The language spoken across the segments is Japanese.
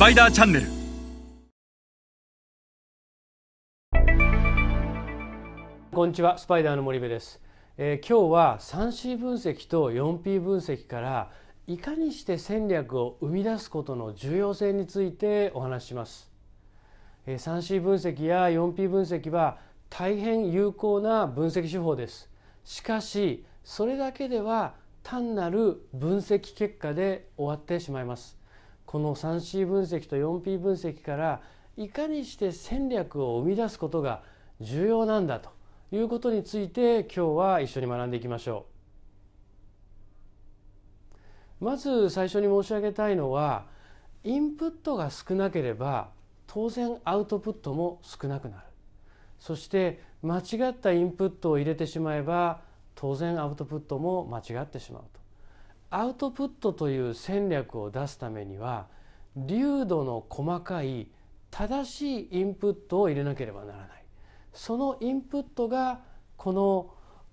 パイダーチャンネル。 こんにちは、スパイダーの森部です。今日は 3C 分析と 4P 分析からいかにして戦略を生み出すことの重要性についてお話しします。3C 分析や 4P 分析は大変有効な分析手法です。しかしそれだけでは単なる分析結果で終わってしまいます。この 3C 分析と 4P 分析からいかにして戦略を生み出すことが重要なんだということについて今日は一緒に学んでいきましょう。まず最初に申し上げたいのは、インプットが少なければ当然アウトプットも少なくなる。そして間違ったインプットを入れてしまえば当然アウトプットも間違ってしまうと。アウトプットという戦略を出すためには流度の細かい正しいインプットを入れなければならない。そのインプットがこの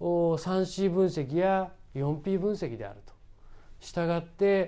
3C 分析や 4P 分析であると。したがって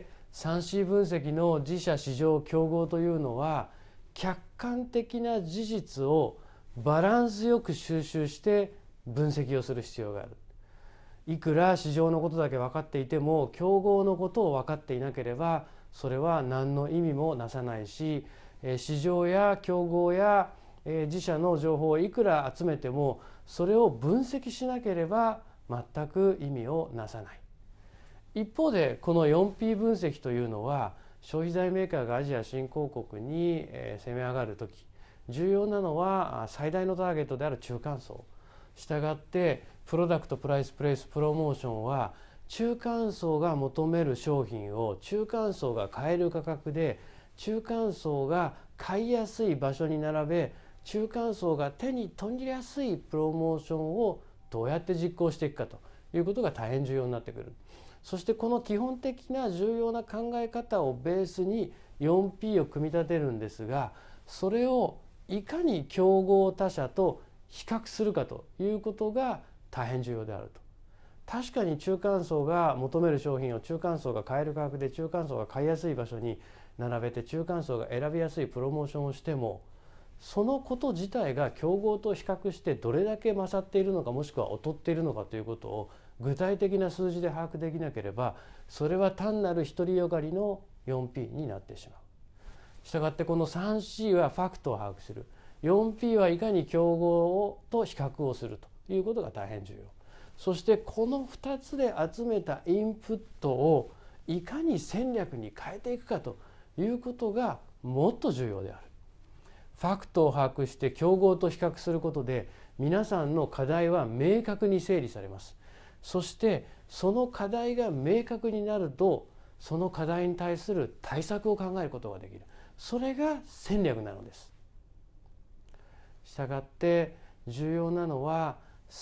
3C 分析の自社市場競合というのは客観的な事実をバランスよく収集して分析をする必要がある。いくら市場のことだけ分かっていても競合のことを分かっていなければそれは何の意味もなさないし、市場や競合や自社の情報をいくら集めてもそれを分析しなければ全く意味をなさない。一方でこの 4P 分析というのは消費財メーカーがアジア新興国に攻め上がるとき、重要なのは最大のターゲットである中間層。したがってプロダクトプライスプレイスプロモーションは中間層が求める商品を中間層が買える価格で中間層が買いやすい場所に並べ、中間層が手に取りやすいプロモーションをどうやって実行していくかということが大変重要になってくる。そしてこの基本的な重要な考え方をベースに 4P を組み立てるんですが、それをいかに競合他社と比較するかということが大変重要であると。確かに中間層が求める商品を中間層が買える価格で中間層が買いやすい場所に並べて中間層が選びやすいプロモーションをしても、そのこと自体が競合と比較してどれだけ勝っているのかもしくは劣っているのかということを具体的な数字で把握できなければそれは単なる独りよがりの 4P になってしまう。したがってこの 3C はファクトを把握する、 4P はいかに競合と比較をするということが大変重要。そしてこの2つで集めたインプットをいかに戦略に変えていくかということがもっと重要である。ファクトを把握して競合と比較することで皆さんの課題は明確に整理されます。そしてその課題が明確になるとその課題に対する対策を考えることができる。それが戦略なのです。したがって重要なのは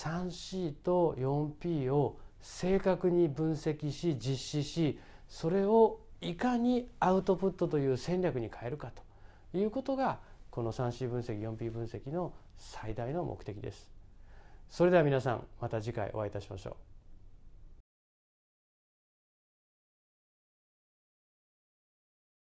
3C と 4P を正確に分析し実施し、それをいかにアウトプットという戦略に変えるかということがこの 3C 分析 4P 分析の最大の目的です。それでは皆さんまた次回お会いいたしましょう。